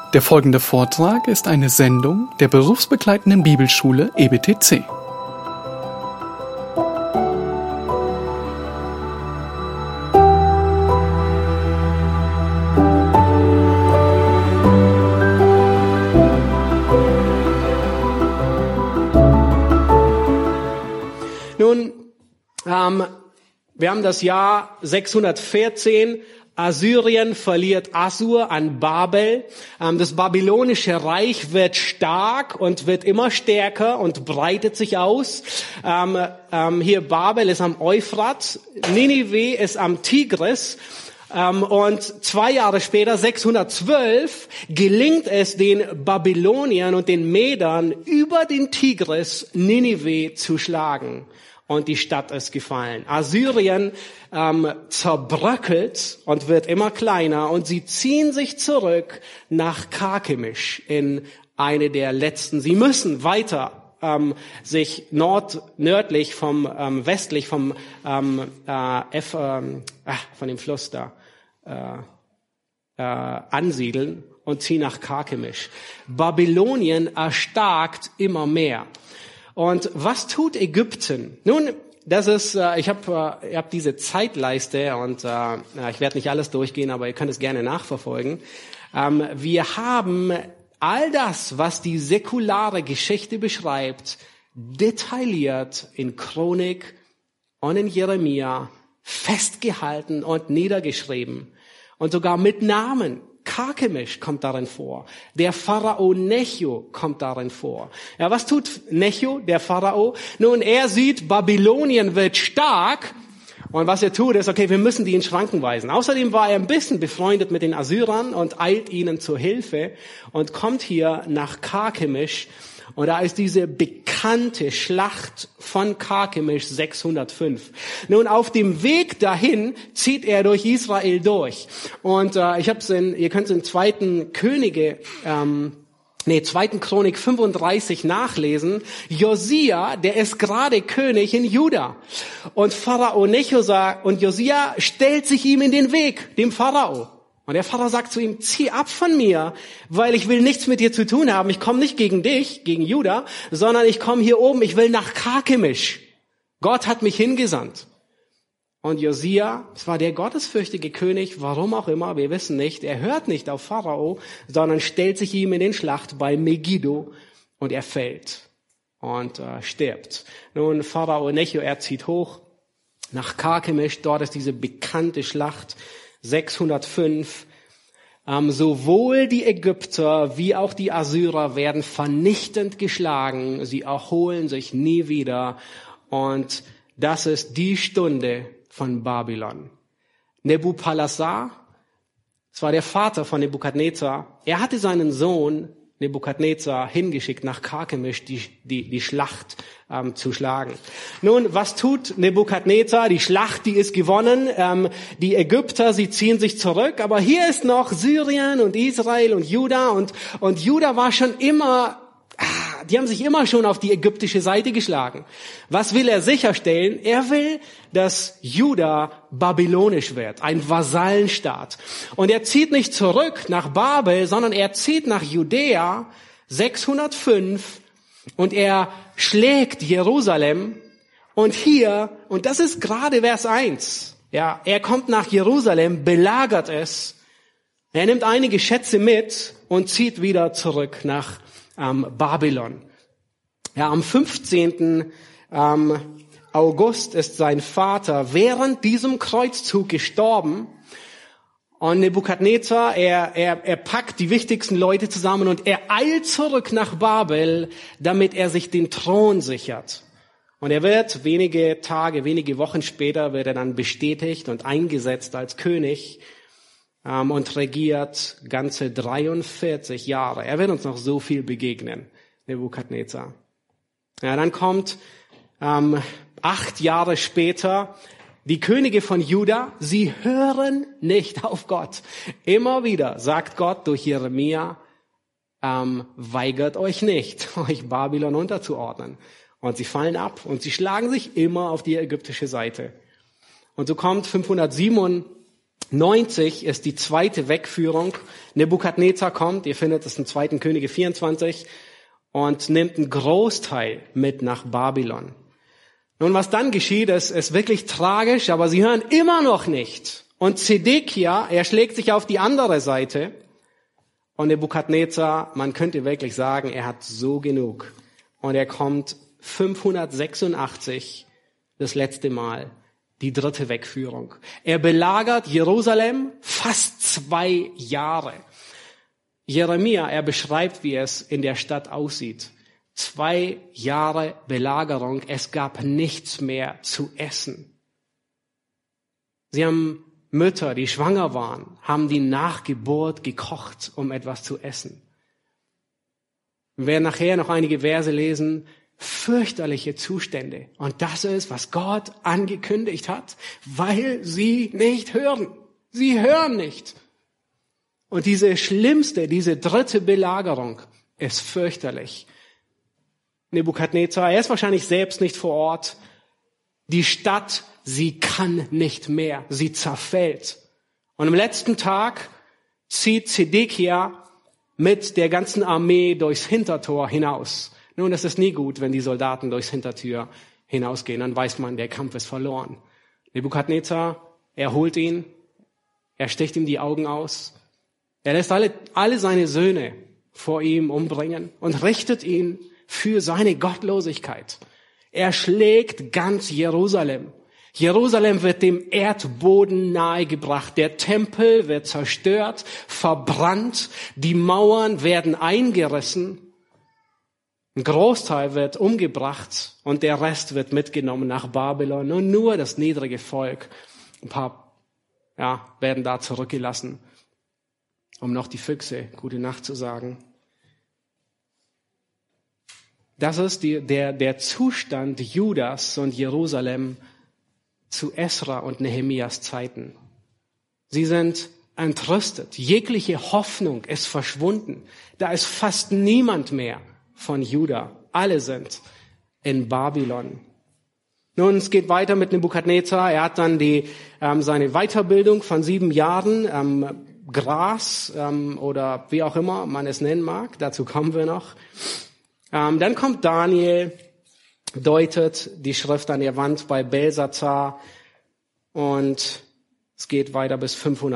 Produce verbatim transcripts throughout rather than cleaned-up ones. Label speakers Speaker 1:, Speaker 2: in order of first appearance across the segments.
Speaker 1: Der folgende Vortrag ist eine Sendung der berufsbegleitenden Bibelschule E B T C.
Speaker 2: Nun, ähm, wir haben das Jahr sechshundertvierzehn. Assyrien verliert Assur an Babel. Das babylonische Reich wird stark und wird immer stärker und breitet sich aus. Hier Babel ist am Euphrat, Ninive ist am Tigris. Und zwei Jahre später, sechshundertzwölf, gelingt es den Babyloniern und den Medern über den Tigris Ninive zu schlagen. Und die Stadt ist gefallen. Assyrien ähm, zerbröckelt und wird immer kleiner. Und sie ziehen sich zurück nach Karkemisch in eine der letzten. Sie müssen weiter ähm, sich nord nördlich vom ähm, westlich vom ähm, äh, F, ähm, ach, von dem Fluss da äh, äh, ansiedeln und ziehen nach Karkemisch. Babylonien erstarkt immer mehr. Und was tut Ägypten? Nun, das ist, äh, ich habe äh, ich hab diese Zeitleiste und äh, ich werde nicht alles durchgehen, aber ihr könnt es gerne nachverfolgen. Ähm, wir haben all das, was die säkulare Geschichte beschreibt, detailliert in Chronik und in Jeremia festgehalten und niedergeschrieben. Und sogar mit Namen. Karkemisch kommt darin vor. Der Pharao Necho kommt darin vor. Ja, was tut Necho, der Pharao? Nun, er sieht, Babylonien wird stark. Und was er tut, ist, okay, wir müssen die in Schranken weisen. Außerdem war er ein bisschen befreundet mit den Assyrern und eilt ihnen zur Hilfe und kommt hier nach Karkemisch. Und da ist diese bekannte Schlacht von Karkemisch sechshundertfünf. Nun, auf dem Weg dahin zieht er durch Israel durch. Und äh, ich habe es in, ihr könnt es in zweiten Könige, ähm, nee, zweiten Chronik fünfunddreißig nachlesen. Josia, der ist gerade König in Juda. Und Pharao Necho sagt, und Josia stellt sich ihm in den Weg, dem Pharao. Und der Pharao sagt zu ihm, zieh ab von mir, weil ich will nichts mit dir zu tun haben. Ich komme nicht gegen dich, gegen Juda, sondern ich komme hier oben, ich will nach Karkemisch. Gott hat mich hingesandt. Und Josia, es war der gottesfürchtige König, warum auch immer, wir wissen nicht, er hört nicht auf Pharao, sondern stellt sich ihm in den Schlacht bei Megiddo und er fällt und äh, stirbt. Nun, Pharao Necho, er zieht hoch nach Karkemisch, dort ist diese bekannte Schlacht, sechshundertfünf. Ähm, sowohl die Ägypter wie auch die Assyrer werden vernichtend geschlagen. Sie erholen sich nie wieder. Und das ist die Stunde von Babylon. Nebukadnezar, das war der Vater von Nebukadnezar. Er hatte seinen Sohn Nebukadnezar hingeschickt nach Karkemisch, die, die, die Schlacht ähm, zu schlagen. Nun, was tut Nebukadnezar? Die Schlacht, die ist gewonnen. Ähm, die Ägypter, sie ziehen sich zurück. Aber hier ist noch Syrien und Israel und Juda. Und, und Juda war schon immer, ah, die haben sich immer schon auf die ägyptische Seite geschlagen. Was will er sicherstellen? Er will, dass Juda babylonisch wird, ein Vasallenstaat. Und er zieht nicht zurück nach Babel, sondern er zieht nach Judäa sechshundertfünf und er schlägt Jerusalem. Und hier, und das ist gerade Vers eins, ja, er kommt nach Jerusalem, belagert es, er nimmt einige Schätze mit und zieht wieder zurück nach ähm, Babylon. Ja, am fünfzehnten Ähm, August ist sein Vater während diesem Kreuzzug gestorben. Und Nebukadnezar, er, er, er packt die wichtigsten Leute zusammen und er eilt zurück nach Babel, damit er sich den Thron sichert. Und er wird wenige Tage, wenige Wochen später wird er dann bestätigt und eingesetzt als König ähm, und regiert ganze dreiundvierzig Jahre. Er wird uns noch so viel begegnen, Nebukadnezar. Ja, dann kommt ähm, acht Jahre später die Könige von Juda, sie hören nicht auf Gott. Immer wieder sagt Gott durch Jeremia, ähm, weigert euch nicht, euch Babylon unterzuordnen. Und sie fallen ab und sie schlagen sich immer auf die ägyptische Seite. Und so kommt fünfhundertsiebenundachtzig neunzig ist die zweite Wegführung. Nebukadnezar kommt, ihr findet es im zweiten Könige vierundzwanzig, und nimmt einen Großteil mit nach Babylon. Nun, was dann geschieht, ist, ist wirklich tragisch, aber sie hören immer noch nicht. Und Zedekia, er schlägt sich auf die andere Seite. Und Nebukadnezar, man könnte wirklich sagen, er hat so genug. Und er kommt fünfhundertsechsundachtzig, das letzte Mal, die dritte Wegführung. Er belagert Jerusalem fast zwei Jahre. Jeremia, er beschreibt, wie es in der Stadt aussieht. Zwei Jahre Belagerung, es gab nichts mehr zu essen. Sie haben Mütter, die schwanger waren, haben die Nachgeburt gekocht, um etwas zu essen. Wir werden nachher noch einige Verse lesen, fürchterliche Zustände. Und das ist, was Gott angekündigt hat, weil sie nicht hören. Sie hören nicht. Und diese schlimmste, diese dritte Belagerung ist fürchterlich. Nebukadnezar, er ist wahrscheinlich selbst nicht vor Ort. Die Stadt, sie kann nicht mehr. Sie zerfällt. Und am letzten Tag zieht Zedekia mit der ganzen Armee durchs Hintertor hinaus. Nun, das ist nie gut, wenn die Soldaten durchs Hintertür hinausgehen. Dann weiß man, der Kampf ist verloren. Nebukadnezar, er holt ihn. Er sticht ihm die Augen aus. Er lässt alle, alle seine Söhne vor ihm umbringen und richtet ihn für seine Gottlosigkeit. Er schlägt ganz Jerusalem. Jerusalem wird dem Erdboden nahegebracht. Der Tempel wird zerstört, verbrannt. Die Mauern werden eingerissen. Ein Großteil wird umgebracht und der Rest wird mitgenommen nach Babylon. Und nur das niedrige Volk, ein paar, ja, werden da zurückgelassen, um noch die Füchse gute Nacht zu sagen. Das ist die, der, der Zustand Judas und Jerusalem zu Esra und Nehemias Zeiten. Sie sind entrüstet. Jegliche Hoffnung ist verschwunden. Da ist fast niemand mehr von Juda. Alle sind in Babylon. Nun, es geht weiter mit Nebukadnezar. Er hat dann die, ähm, seine Weiterbildung von sieben Jahren, ähm, Gras ähm, oder wie auch immer man es nennen mag. Dazu kommen wir noch. Ähm, dann kommt Daniel, deutet die Schrift an der Wand bei Belsazar und es geht weiter bis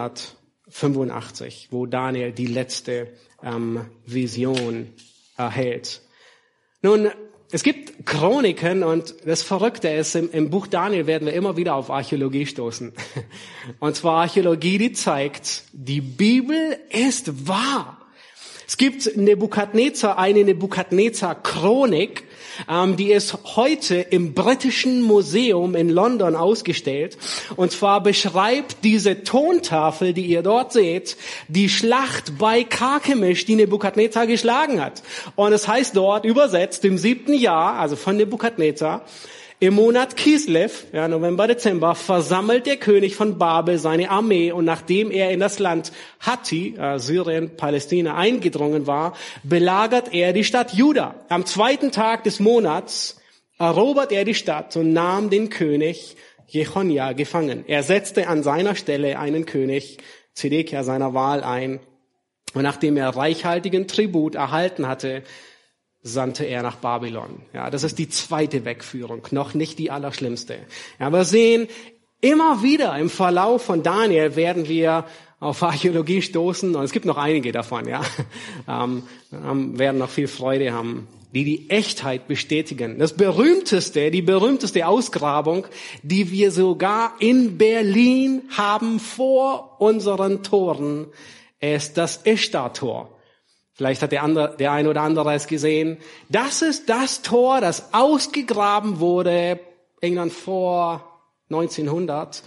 Speaker 2: fünfhundertfünfundachtzig, wo Daniel die letzte ähm, Vision erhält. Nun, es gibt Chroniken und das Verrückte ist, im, im Buch Daniel werden wir immer wieder auf Archäologie stoßen. Und zwar Archäologie, die zeigt, die Bibel ist wahr. Es gibt Nebukadnezar, eine Nebukadnezar-Chronik, ähm, die ist heute im Britischen Museum in London ausgestellt. Und zwar beschreibt diese Tontafel, die ihr dort seht, die Schlacht bei Karkemisch, die Nebukadnezar geschlagen hat. Und es heißt dort, übersetzt, im siebten Jahr, also von Nebukadnezar, im Monat Kislev, ja, November, Dezember, versammelt der König von Babel seine Armee und nachdem er in das Land Hatti, äh, Syrien, Palästina, eingedrungen war, belagert er die Stadt Juda. Am zweiten Tag des Monats erobert er die Stadt und nahm den König Jechonja gefangen. Er setzte an seiner Stelle einen König, Zedekia seiner Wahl, ein und nachdem er reichhaltigen Tribut erhalten hatte, sandte er nach Babylon. Ja, das ist die zweite Wegführung, noch nicht die allerschlimmste. Ja, wir sehen immer wieder im Verlauf von Daniel werden wir auf Archäologie stoßen und es gibt noch einige davon, ja, ähm, werden noch viel Freude haben, die die Echtheit bestätigen. Das berühmteste, die berühmteste Ausgrabung, die wir sogar in Berlin haben vor unseren Toren, ist das Ishtar-Tor. Vielleicht hat der, andere, der ein oder andere es gesehen. Das ist das Tor, das ausgegraben wurde, irgendwann vor neunzehnhundert,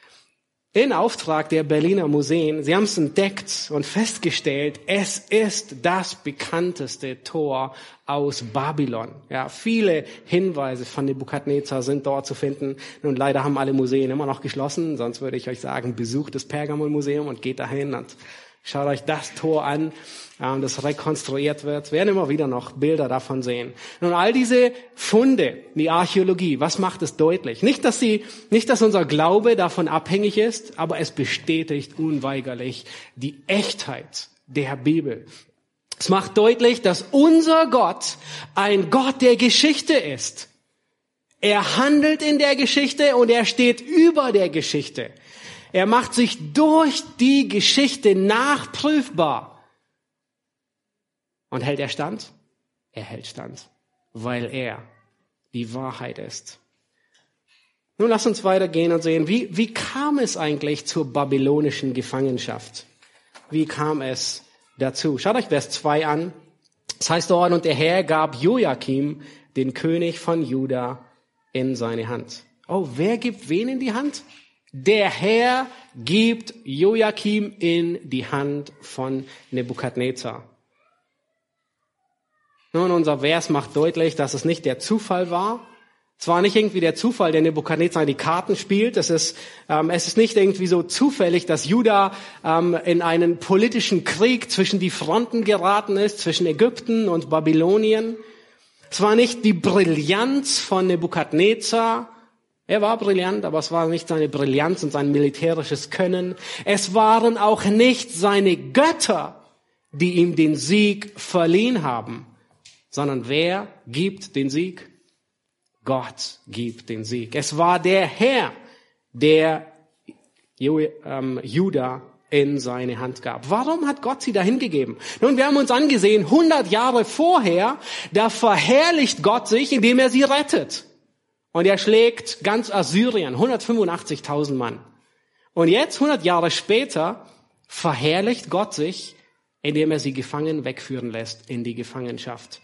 Speaker 2: in Auftrag der Berliner Museen. Sie haben es entdeckt und festgestellt, es ist das bekannteste Tor aus Babylon. Ja, viele Hinweise von Nebukadnezar sind dort zu finden. Nun, leider haben alle Museen immer noch geschlossen, sonst würde ich euch sagen, besucht das Pergamon-Museum und geht dahin und Schaut euch das Tor an, das rekonstruiert wird. Wir werden immer wieder noch Bilder davon sehen. Und all diese Funde, die Archäologie, was macht es deutlich? Nicht, dass sie, nicht, dass unser Glaube davon abhängig ist, aber es bestätigt unweigerlich die Echtheit der Bibel. Es macht deutlich, dass unser Gott ein Gott der Geschichte ist. Er handelt in der Geschichte und er steht über der Geschichte. Er macht sich durch die Geschichte nachprüfbar. Und hält er stand? Er hält stand, weil er die Wahrheit ist. Nun lass uns weitergehen und sehen, wie, wie kam es eigentlich zur babylonischen Gefangenschaft? Wie kam es dazu? Schaut euch Vers zwei an. Es heißt dort, und der Herr gab Joachim, den König von Juda, in seine Hand. Oh, wer gibt wen in die Hand? Der Herr gibt Joachim in die Hand von Nebukadnezar. Nun, unser Vers macht deutlich, dass es nicht der Zufall war. Es war nicht irgendwie der Zufall, der Nebukadnezar die Karten spielt. Es ist, ähm, es ist nicht irgendwie so zufällig, dass Juda ähm, in einen politischen Krieg zwischen die Fronten geraten ist, zwischen Ägypten und Babylonien. Es war nicht die Brillanz von Nebukadnezar. Er war brillant, aber es war nicht seine Brillanz und sein militärisches Können. Es waren auch nicht seine Götter, die ihm den Sieg verliehen haben, sondern wer gibt den Sieg? Gott gibt den Sieg. Es war der Herr, der Juda in seine Hand gab. Warum hat Gott sie dahin gegeben? Nun, wir haben uns angesehen, hundert Jahre vorher, da verherrlicht Gott sich, indem er sie rettet. Und er schlägt ganz Assyrien, hundertfünfundachtzigtausend Mann. Und jetzt, hundert Jahre später, verherrlicht Gott sich, indem er sie gefangen wegführen lässt in die Gefangenschaft.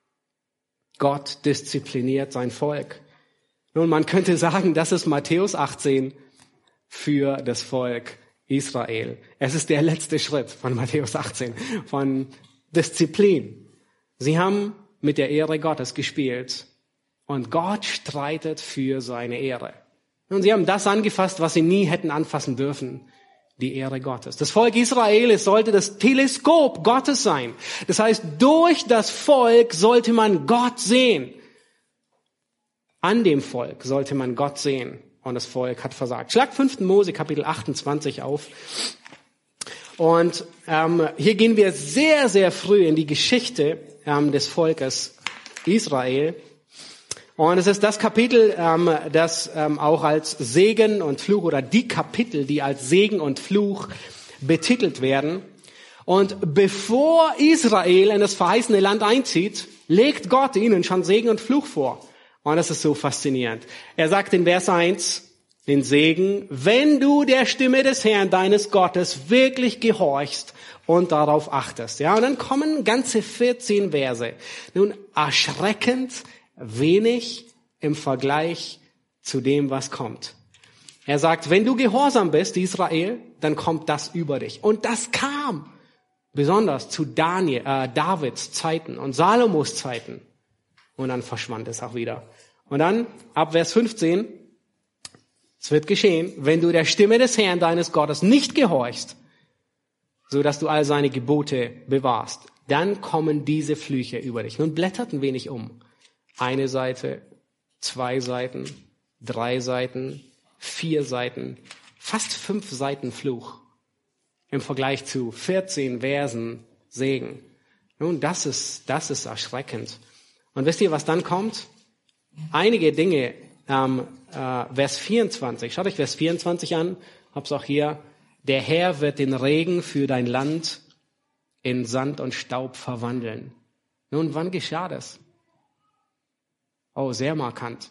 Speaker 2: Gott diszipliniert sein Volk. Nun, man könnte sagen, das ist Matthäus achtzehn für das Volk Israel. Es ist der letzte Schritt von Matthäus achtzehn, von Disziplin. Sie haben mit der Ehre Gottes gespielt und Gott streitet für seine Ehre. Und sie haben das angefasst, was sie nie hätten anfassen dürfen. Die Ehre Gottes. Das Volk Israel, es sollte das Teleskop Gottes sein. Das heißt, durch das Volk sollte man Gott sehen. An dem Volk sollte man Gott sehen. Und das Volk hat versagt. Schlag fünften Mose Kapitel achtundzwanzig auf. Und ähm, hier gehen wir sehr, sehr früh in die Geschichte ähm, des Volkes Israel. Und es ist das Kapitel, ähm, das ähm, auch als Segen und Fluch oder die Kapitel, die als Segen und Fluch betitelt werden. Und bevor Israel in das verheißene Land einzieht, legt Gott ihnen schon Segen und Fluch vor. Und das ist so faszinierend. Er sagt in Vers eins, den Segen, wenn du der Stimme des Herrn, deines Gottes, wirklich gehorchst und darauf achtest. Ja, und dann kommen ganze vierzehn Verse. Nun, erschreckend wenig im Vergleich zu dem, was kommt. Er sagt, wenn du gehorsam bist, Israel, dann kommt das über dich. Und das kam besonders zu Daniel, äh, Davids Zeiten und Salomos Zeiten. Und dann verschwand es auch wieder. Und dann, ab Vers fünfzehn, es wird geschehen, wenn du der Stimme des Herrn, deines Gottes, nicht gehorchst, so dass du all seine Gebote bewahrst, dann kommen diese Flüche über dich. Nun blättert ein wenig um. Eine Seite, zwei Seiten, drei Seiten, vier Seiten, fast fünf Seiten Fluch im Vergleich zu vierzehn Versen Segen. Nun, das ist, das ist erschreckend. Und wisst ihr, was dann kommt? Einige Dinge, ähm, äh, Vers vierundzwanzig, schaut euch Vers vierundzwanzig an, hab's auch hier. Der Herr wird den Regen für dein Land in Sand und Staub verwandeln. Nun, wann geschah das? Oh, sehr markant.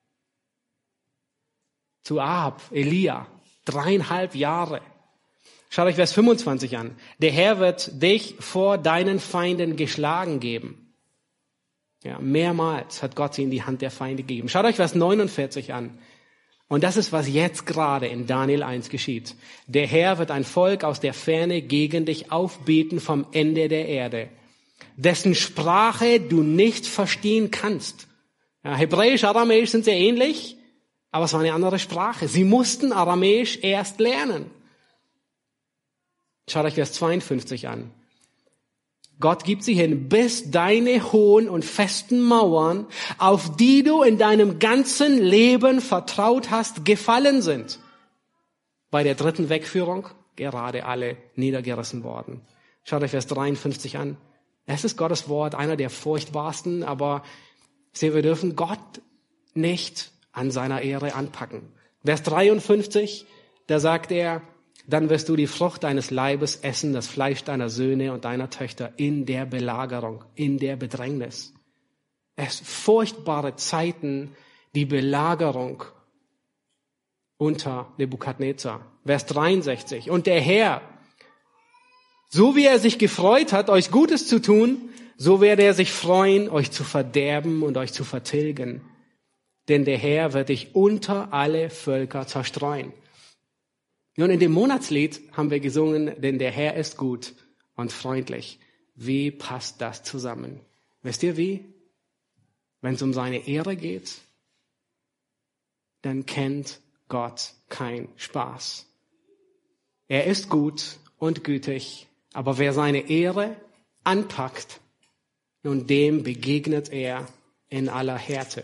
Speaker 2: Zu Ahab, Elia, dreieinhalb Jahre. Schaut euch Vers fünfundzwanzig an. Der Herr wird dich vor deinen Feinden geschlagen geben. Ja, mehrmals hat Gott sie in die Hand der Feinde gegeben. Schaut euch Vers neunundvierzig an. Und das ist, was jetzt gerade in Daniel eins geschieht. Der Herr wird ein Volk aus der Ferne gegen dich aufbeten vom Ende der Erde, dessen Sprache du nicht verstehen kannst. Ja, Hebräisch, Aramäisch sind sehr ähnlich, aber es war eine andere Sprache. Sie mussten Aramäisch erst lernen. Schaut euch Vers zweiundfünfzig an. Gott gibt sie hin, bis deine hohen und festen Mauern, auf die du in deinem ganzen Leben vertraut hast, gefallen sind. Bei der dritten Wegführung gerade alle niedergerissen worden. Schaut euch Vers dreiundfünfzig an. Es ist Gottes Wort, einer der furchtbarsten, aber sehen, wir dürfen Gott nicht an seiner Ehre anpacken. Vers dreiundfünfzig, da sagt er, dann wirst du die Frucht deines Leibes essen, das Fleisch deiner Söhne und deiner Töchter in der Belagerung, in der Bedrängnis. Es sind furchtbare Zeiten, die Belagerung unter Nebukadnezar. Vers dreiundsechzig. Und der Herr, so wie er sich gefreut hat, euch Gutes zu tun, so werde er sich freuen, euch zu verderben und euch zu vertilgen. Denn der Herr wird dich unter alle Völker zerstreuen. Nun, in dem Monatslied haben wir gesungen, denn der Herr ist gut und freundlich. Wie passt das zusammen? Wisst ihr wie? Wenn es um seine Ehre geht, dann kennt Gott keinen Spaß. Er ist gut und gütig, aber wer seine Ehre anpackt, nun dem begegnet er in aller Härte.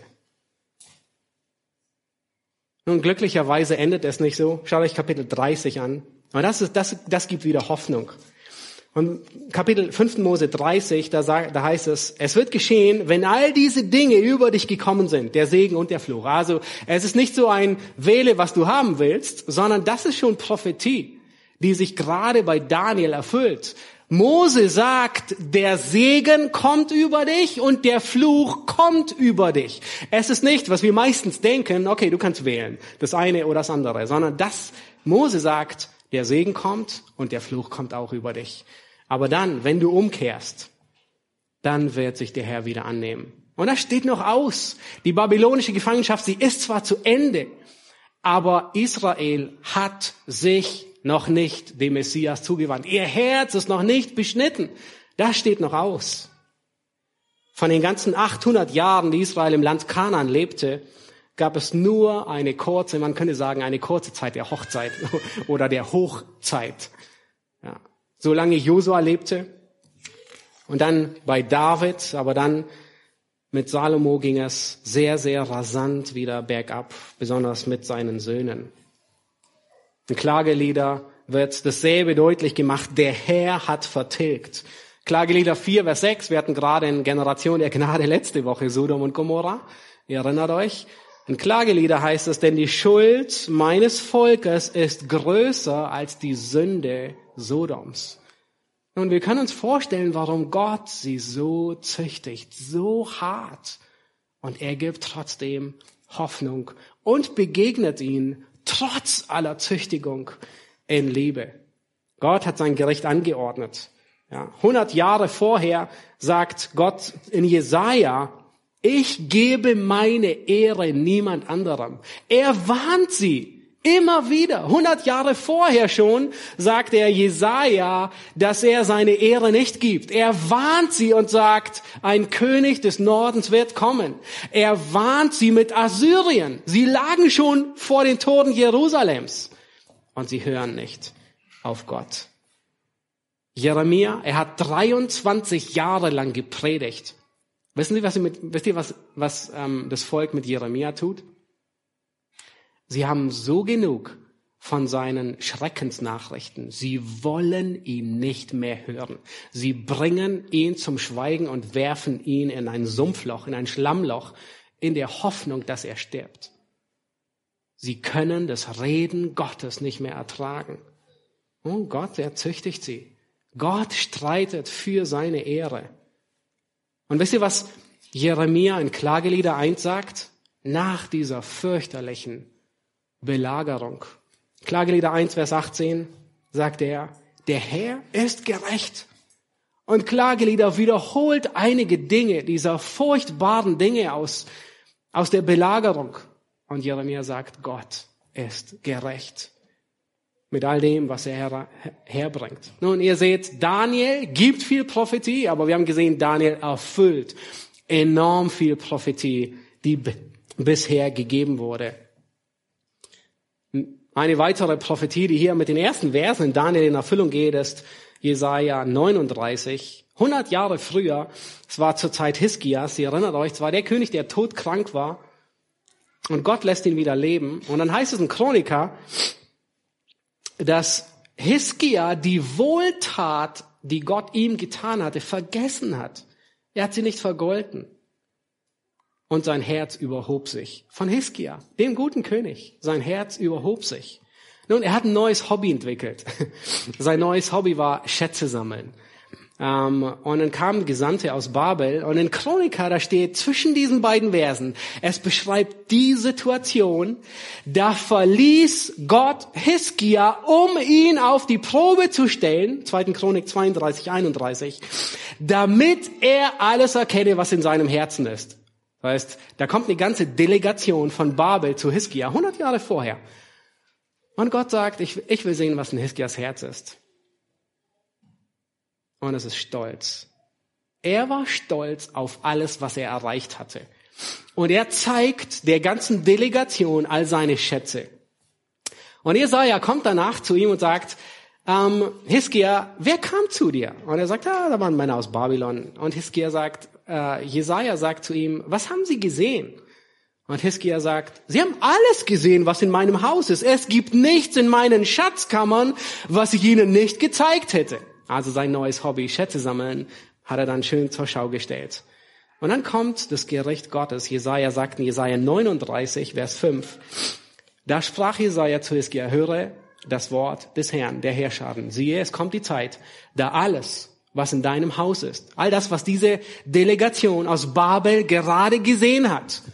Speaker 2: Nun, glücklicherweise endet es nicht so. Schaut euch Kapitel dreißig an. Aber das ist, das, das gibt wieder Hoffnung. Und Kapitel fünften Mose dreißig, da, sagt, da heißt es, es wird geschehen, wenn all diese Dinge über dich gekommen sind, der Segen und der Fluch. Also, es ist nicht so ein Wähle, was du haben willst, sondern das ist schon Prophetie, die sich gerade bei Daniel erfüllt. Mose sagt, der Segen kommt über dich und der Fluch kommt über dich. Es ist nicht, was wir meistens denken, okay, du kannst wählen, das eine oder das andere, sondern das, Mose sagt, der Segen kommt und der Fluch kommt auch über dich. Aber dann, wenn du umkehrst, dann wird sich der Herr wieder annehmen. Und das steht noch aus. Die babylonische Gefangenschaft, sie ist zwar zu Ende, aber Israel hat sich noch nicht dem Messias zugewandt. Ihr Herz ist noch nicht beschnitten. Das steht noch aus. Von den ganzen achthundert Jahren, die Israel im Land Kanaan lebte, gab es nur eine kurze, man könnte sagen, eine kurze Zeit der Hochzeit oder der Hochzeit. Ja. Solange Josua lebte und dann bei David, aber dann mit Salomo ging es sehr, sehr rasant wieder bergab, besonders mit seinen Söhnen. In Klagelieder wird dasselbe deutlich gemacht. Der Herr hat vertilgt. Klagelieder vier, Vers sechs. Wir hatten gerade in Generation der Gnade letzte Woche Sodom und Gomorra. Ihr erinnert euch. In Klagelieder heißt es, denn die Schuld meines Volkes ist größer als die Sünde Sodoms. Und wir können uns vorstellen, warum Gott sie so züchtigt, so hart. Und er gibt trotzdem Hoffnung und begegnet ihnen trotz aller Züchtigung in Liebe. Gott hat sein Gericht angeordnet. Ja, hundert Jahre vorher sagt Gott in Jesaja, ich gebe meine Ehre niemand anderem. Er warnt sie immer wieder. hundert Jahre vorher schon sagt er Jesaja, dass er seine Ehre nicht gibt. Er warnt sie und sagt, ein König des Nordens wird kommen. Er warnt sie mit Assyrien. Sie lagen schon vor den Toren Jerusalems. Und sie hören nicht auf Gott. Jeremia, er hat dreiundzwanzig Jahre lang gepredigt. Wissen Sie, was, Sie mit, wisst ihr, was, was ähm, das Volk mit Jeremia tut? Sie haben so genug von seinen Schreckensnachrichten. Sie wollen ihn nicht mehr hören. Sie bringen ihn zum Schweigen und werfen ihn in ein Sumpfloch, in ein Schlammloch, in der Hoffnung, dass er stirbt. Sie können das Reden Gottes nicht mehr ertragen. Und Gott, er züchtigt sie. Gott streitet für seine Ehre. Und wisst ihr, was Jeremia in Klagelieder eins sagt? Nach dieser fürchterlichen Belagerung. Klagelieder eins, Vers achtzehn sagt er, der Herr ist gerecht. Und Klagelieder wiederholt einige Dinge, dieser furchtbaren Dinge aus, aus der Belagerung. Und Jeremia sagt, Gott ist gerecht. Mit all dem, was er her, herbringt. Nun, ihr seht, Daniel gibt viel Prophetie, aber wir haben gesehen, Daniel erfüllt enorm viel Prophetie, die b- bisher gegeben wurde. Eine weitere Prophetie, die hier mit den ersten Versen in Daniel in Erfüllung geht, ist Jesaja neununddreißig. hundert Jahre früher, es war zur Zeit Hiskias, ihr erinnert euch, es war der König, der todkrank war. Und Gott lässt ihn wieder leben. Und dann heißt es in Chroniker, dass Hiskia die Wohltat, die Gott ihm getan hatte, vergessen hat. Er hat sie nicht vergolten. Und sein Herz überhob sich. Von Hiskia, dem guten König. Sein Herz überhob sich. Nun, er hat ein neues Hobby entwickelt. Sein neues Hobby war Schätze sammeln. Um, und dann kamen Gesandte aus Babel. Und in Chroniker, da steht zwischen diesen beiden Versen, es beschreibt die Situation, da verließ Gott Hiskia, um ihn auf die Probe zu stellen, zweiten Chronik zweiunddreißig, einunddreißig, damit er alles erkenne, was in seinem Herzen ist. Das heißt, da kommt eine ganze Delegation von Babel zu Hiskia, hundert Jahre vorher. Und Gott sagt, ich, ich will sehen, was in Hiskias Herz ist. Und es ist Stolz. Er war stolz auf alles, was er erreicht hatte. Und er zeigt der ganzen Delegation all seine Schätze. Und Jesaja kommt danach zu ihm und sagt, ähm, Hiskia, wer kam zu dir? Und er sagt, ah, da waren Männer aus Babylon. Und Hiskia sagt, äh, Jesaja sagt zu ihm, was haben sie gesehen? Und Hiskia sagt, sie haben alles gesehen, was in meinem Haus ist. Es gibt nichts in meinen Schatzkammern, was ich ihnen nicht gezeigt hätte. Also sein neues Hobby, Schätze sammeln, hat er dann schön zur Schau gestellt. Und dann kommt das Gericht Gottes. Jesaja sagt in Jesaja neununddreißig, Vers fünf, da sprach Jesaja zu Hiskia, höre das Wort des Herrn, der Herrscharen. Siehe, es kommt die Zeit, da alles, was in deinem Haus ist, all das, was diese Delegation aus Babel gerade gesehen hat,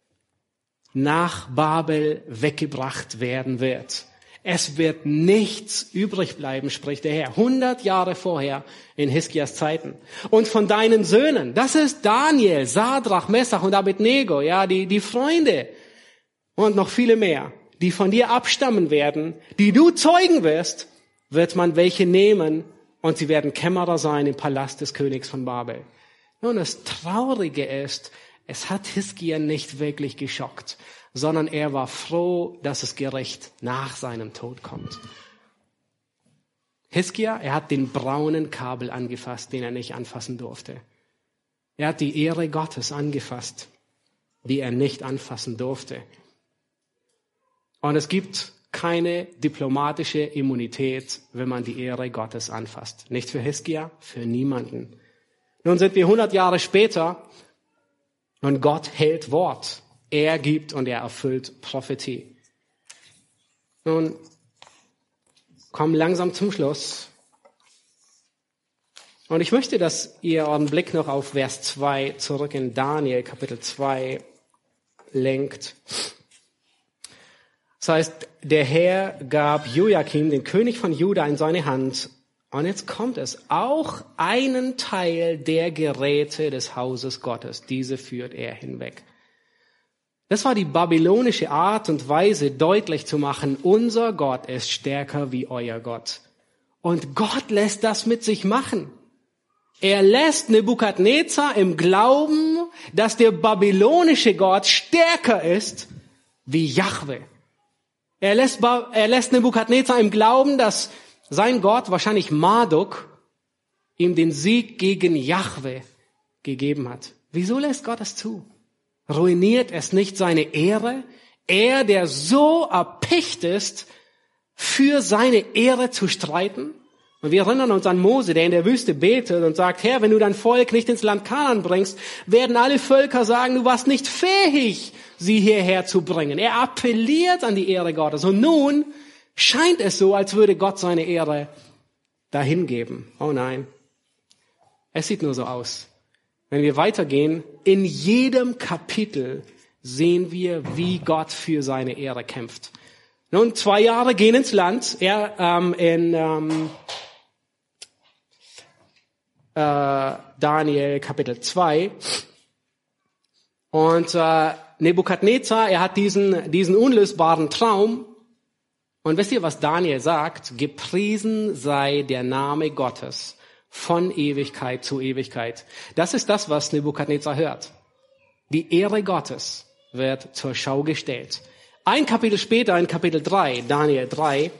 Speaker 2: nach Babel weggebracht werden wird. Es wird nichts übrig bleiben, spricht der Herr. Hundert Jahre vorher in Hiskias Zeiten. Und von deinen Söhnen, das ist Daniel, Sadrach, Messach und Abednego, ja, die, die Freunde und noch viele mehr, die von dir abstammen werden, die du zeugen wirst, wird man welche nehmen und sie werden Kämmerer sein im Palast des Königs von Babel. Nun, das Traurige ist, es hat Hiskia nicht wirklich geschockt, sondern er war froh, dass das Gericht nach seinem Tod kommt. Hiskia, er hat den braunen Kabel angefasst, den er nicht anfassen durfte. Er hat die Ehre Gottes angefasst, die er nicht anfassen durfte. Und es gibt keine diplomatische Immunität, wenn man die Ehre Gottes anfasst. Nicht für Hiskia, für niemanden. Nun sind wir hundert Jahre später und Gott hält Wort. Er gibt und er erfüllt Prophetie. Nun, kommen langsam zum Schluss. Und ich möchte, dass ihr euren Blick noch auf Vers zwei zurück in Daniel, Kapitel zwei, lenkt. Das heißt, der Herr gab Joachim, den König von Juda, in seine Hand. Und jetzt kommt es, auch einen Teil der Geräte des Hauses Gottes. Diese führt er hinweg. Das war die babylonische Art und Weise, deutlich zu machen, unser Gott ist stärker wie euer Gott. Und Gott lässt das mit sich machen. Er lässt Nebukadnezar im Glauben, dass der babylonische Gott stärker ist wie Jahwe. Er lässt, er lässt Nebukadnezar im Glauben, dass sein Gott, wahrscheinlich Marduk, ihm den Sieg gegen Jahwe gegeben hat. Wieso lässt Gott das zu? Ruiniert es nicht seine Ehre? Er, der so erpicht ist, für seine Ehre zu streiten? Und wir erinnern uns an Mose, der in der Wüste betet und sagt, Herr, wenn du dein Volk nicht ins Land Kanaan bringst, werden alle Völker sagen, du warst nicht fähig, sie hierher zu bringen. Er appelliert an die Ehre Gottes. Und nun scheint es so, als würde Gott seine Ehre dahin geben. Oh nein, es sieht nur so aus. Wenn wir weitergehen, in jedem Kapitel sehen wir, wie Gott für seine Ehre kämpft. Nun, zwei Jahre gehen ins Land. Er ähm, in ähm, äh, Daniel Kapitel zwei. Und äh, Nebukadnezar, er hat diesen, diesen unlösbaren Traum. Und wisst ihr, was Daniel sagt? Gepriesen sei der Name Gottes von Ewigkeit zu Ewigkeit. Das ist das, was Nebukadnezar hört. Die Ehre Gottes wird zur Schau gestellt. Ein Kapitel später, in Kapitel drei, Daniel drei,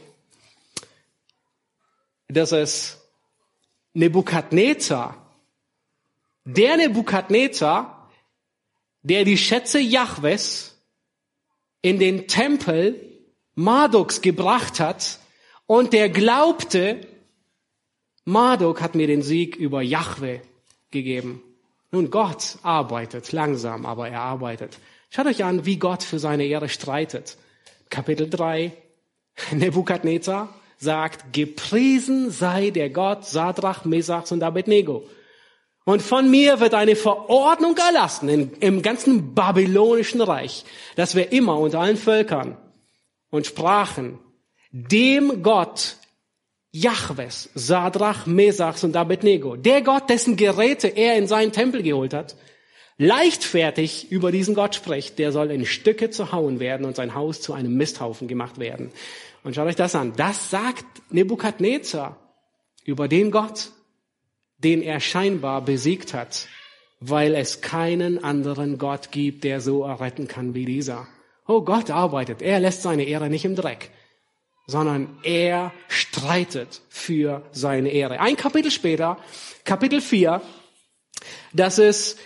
Speaker 2: das ist Nebukadnezar. Der Nebukadnezar, der die Schätze Jahwes in den Tempel Mardoks gebracht hat und der glaubte, Marduk hat mir den Sieg über Jahwe gegeben. Nun, Gott arbeitet langsam, aber er arbeitet. Schaut euch an, wie Gott für seine Ehre streitet. Kapitel drei, Nebukadnezar sagt, gepriesen sei der Gott Sadrach, Mesach und Abednego. Und von mir wird eine Verordnung erlassen in, im ganzen babylonischen Reich, dass wir immer unter allen Völkern und Sprachen dem Gott Jahwes, Sadrach, Mesach und Abednego, der Gott, dessen Geräte er in seinen Tempel geholt hat, leichtfertig über diesen Gott spricht, der soll in Stücke zerhauen werden und sein Haus zu einem Misthaufen gemacht werden. Und schaut euch das an. Das sagt Nebukadnezar über den Gott, den er scheinbar besiegt hat, weil es keinen anderen Gott gibt, der so erretten kann wie dieser. Oh, Gott arbeitet. Er lässt seine Ehre nicht im Dreck, sondern er streitet für seine Ehre. Ein Kapitel später, Kapitel vier, das ist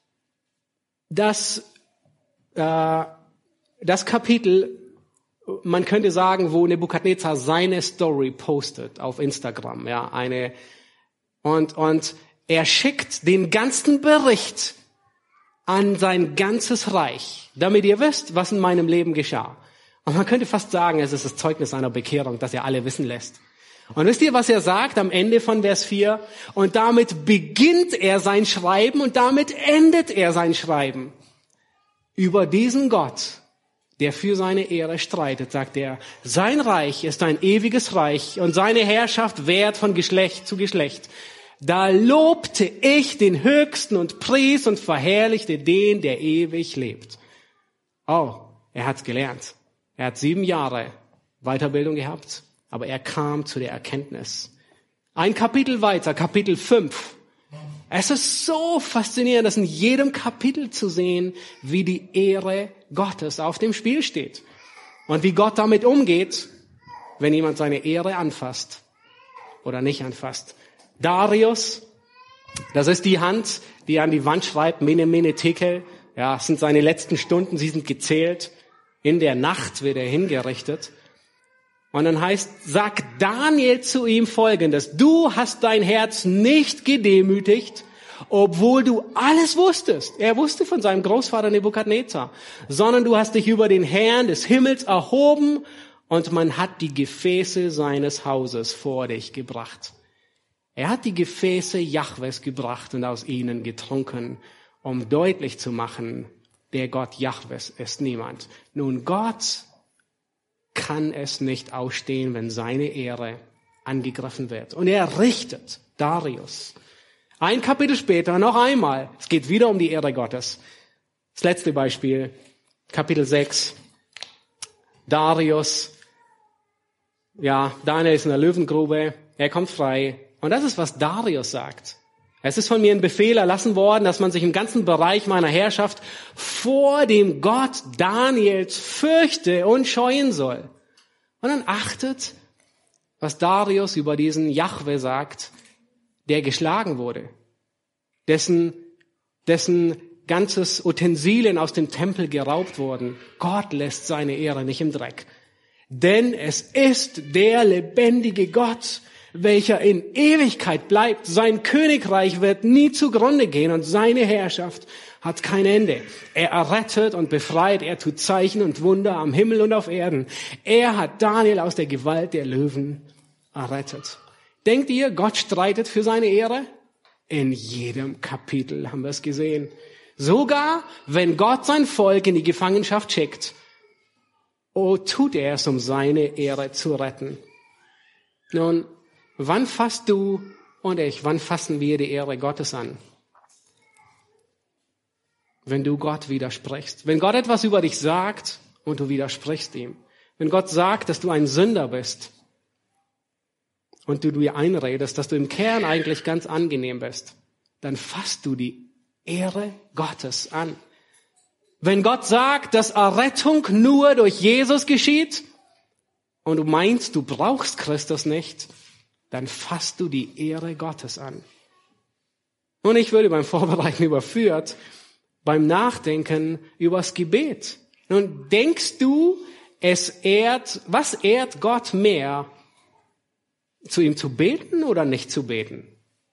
Speaker 2: das, äh, das Kapitel, man könnte sagen, wo Nebukadnezar seine Story postet auf Instagram, ja, eine, und, und er schickt den ganzen Bericht an sein ganzes Reich, damit ihr wisst, was in meinem Leben geschah. Und man könnte fast sagen, es ist das Zeugnis einer Bekehrung, das er alle wissen lässt. Und wisst ihr, was er sagt am Ende von Vers vier? Und damit beginnt er sein Schreiben und damit endet er sein Schreiben. Über diesen Gott, der für seine Ehre streitet, sagt er, sein Reich ist ein ewiges Reich und seine Herrschaft währt von Geschlecht zu Geschlecht. Da lobte ich den Höchsten und pries und verherrlichte den, der ewig lebt. Oh, er hat's gelernt. Er hat sieben Jahre Weiterbildung gehabt, aber er kam zu der Erkenntnis. Ein Kapitel weiter, Kapitel fünf. Es ist so faszinierend, das in jedem Kapitel zu sehen, wie die Ehre Gottes auf dem Spiel steht. Und wie Gott damit umgeht, wenn jemand seine Ehre anfasst oder nicht anfasst. Darius, das ist die Hand, die an die Wand schreibt, Mene, Mene, Tekel. Ja, es sind seine letzten Stunden, sie sind gezählt. In der Nacht wird er hingerichtet. Und dann heißt, sagt Daniel zu ihm Folgendes: Du hast dein Herz nicht gedemütigt, obwohl du alles wusstest. Er wusste von seinem Großvater Nebukadnezar, sondern du hast dich über den Herrn des Himmels erhoben und man hat die Gefäße seines Hauses vor dich gebracht. Er hat die Gefäße Jahwes gebracht und aus ihnen getrunken, um deutlich zu machen, der Gott Jahwes ist niemand. Nun, Gott kann es nicht ausstehen, wenn seine Ehre angegriffen wird. Und er richtet Darius. Ein Kapitel später noch einmal. Es geht wieder um die Ehre Gottes. Das letzte Beispiel, Kapitel sechs. Darius. Ja, Daniel ist in der Löwengrube. Er kommt frei. Und das ist, was Darius sagt. Es ist von mir ein Befehl erlassen worden, dass man sich im ganzen Bereich meiner Herrschaft vor dem Gott Daniels fürchte und scheuen soll. Und dann achtet, was Darius über diesen Jahwe sagt, der geschlagen wurde, dessen, dessen ganzes Utensilien aus dem Tempel geraubt wurden. Gott lässt seine Ehre nicht im Dreck. Denn es ist der lebendige Gott, welcher in Ewigkeit bleibt. Sein Königreich wird nie zugrunde gehen und seine Herrschaft hat kein Ende. Er errettet und befreit, er tut Zeichen und Wunder am Himmel und auf Erden. Er hat Daniel aus der Gewalt der Löwen errettet. Denkt ihr, Gott streitet für seine Ehre? In jedem Kapitel haben wir es gesehen. Sogar wenn Gott sein Volk in die Gefangenschaft schickt, oh, tut er es, um seine Ehre zu retten. Nun, wann fasst du und ich, wann fassen wir die Ehre Gottes an? Wenn du Gott widersprichst. Wenn Gott etwas über dich sagt und du widersprichst ihm. Wenn Gott sagt, dass du ein Sünder bist und du dir einredest, dass du im Kern eigentlich ganz angenehm bist, dann fasst du die Ehre Gottes an. Wenn Gott sagt, dass Errettung nur durch Jesus geschieht und du meinst, du brauchst Christus nicht, dann fasst du die Ehre Gottes an. Und ich würde beim Vorbereiten überführt, beim Nachdenken übers Gebet. Nun, denkst du, es ehrt, was ehrt Gott mehr, zu ihm zu beten oder nicht zu beten?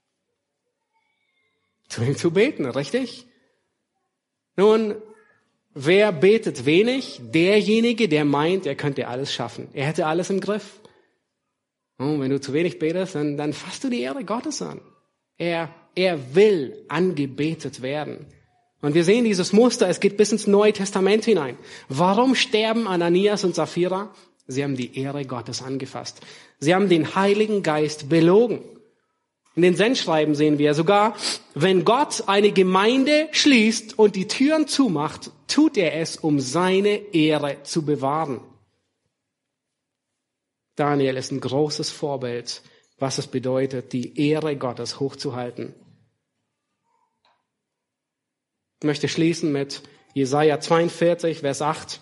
Speaker 2: Zu ihm zu beten, richtig? Nun, wer betet wenig? Derjenige, der meint, er könnte alles schaffen. Er hätte alles im Griff. Und wenn du zu wenig betest, dann, dann fasst du die Ehre Gottes an. Er, er will angebetet werden. Und wir sehen dieses Muster, es geht bis ins Neue Testament hinein. Warum sterben Ananias und Sapphira? Sie haben die Ehre Gottes angefasst. Sie haben den Heiligen Geist belogen. In den Sendschreiben sehen wir sogar, wenn Gott eine Gemeinde schließt und die Türen zumacht, tut er es, um seine Ehre zu bewahren. Daniel ist ein großes Vorbild, was es bedeutet, die Ehre Gottes hochzuhalten. Ich möchte schließen mit Jesaja zweiundvierzig, Vers acht.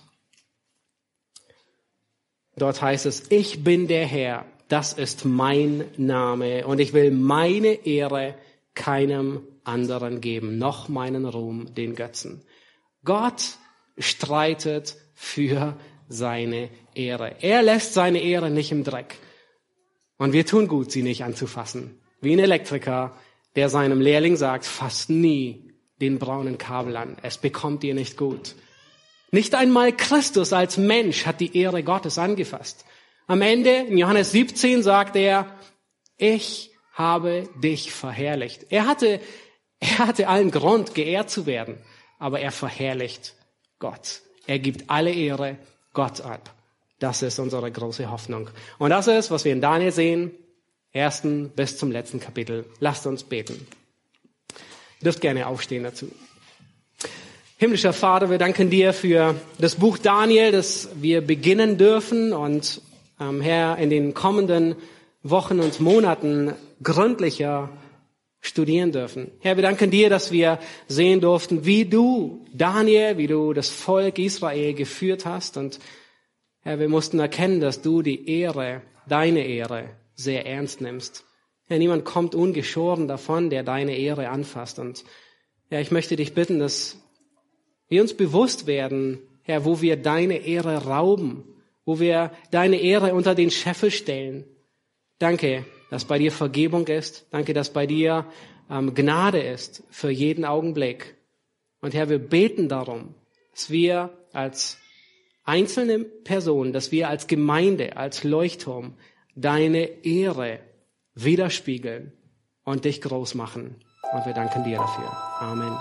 Speaker 2: Dort heißt es, ich bin der Herr, das ist mein Name und ich will meine Ehre keinem anderen geben, noch meinen Ruhm den Götzen. Gott streitet für seine Ehre. Er lässt seine Ehre nicht im Dreck. Und wir tun gut, sie nicht anzufassen. Wie ein Elektriker, der seinem Lehrling sagt, fasst nie den braunen Kabel an. Es bekommt ihr nicht gut. Nicht einmal Christus als Mensch hat die Ehre Gottes angefasst. Am Ende, in Johannes siebzehn, sagt er, ich habe dich verherrlicht. Er hatte, er hatte allen Grund, geehrt zu werden, aber er verherrlicht Gott. Er gibt alle Ehre Gott ab. Das ist unsere große Hoffnung. Und das ist, was wir in Daniel sehen, ersten bis zum letzten Kapitel. Lasst uns beten. Ihr dürft gerne aufstehen dazu. Himmlischer Vater, wir danken dir für das Buch Daniel, das wir beginnen dürfen und ähm, Herr, in den kommenden Wochen und Monaten gründlicher studieren dürfen. Herr, wir danken dir, dass wir sehen durften, wie du, Daniel, wie du das Volk Israel geführt hast. Und Herr, wir mussten erkennen, dass du die Ehre, deine Ehre, sehr ernst nimmst. Herr, niemand kommt ungeschoren davon, der deine Ehre anfasst. Und Herr, ich möchte dich bitten, dass wir uns bewusst werden, Herr, wo wir deine Ehre rauben, wo wir deine Ehre unter den Scheffel stellen. Danke, dass bei dir Vergebung ist. Danke, dass bei dir ähm, Gnade ist für jeden Augenblick. Und Herr, wir beten darum, dass wir als einzelne Personen, dass wir als Gemeinde, als Leuchtturm deine Ehre widerspiegeln und dich groß machen. Und wir danken dir dafür. Amen.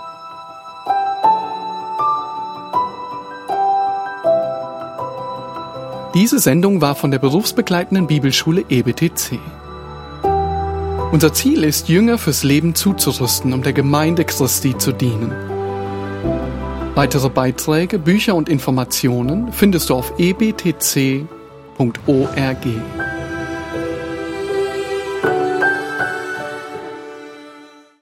Speaker 1: Diese Sendung war von der berufsbegleitenden Bibelschule E B T C. Unser Ziel ist, Jünger fürs Leben zuzurüsten, um der Gemeinde Christi zu dienen. Weitere Beiträge, Bücher und Informationen findest du auf e b t c punkt org.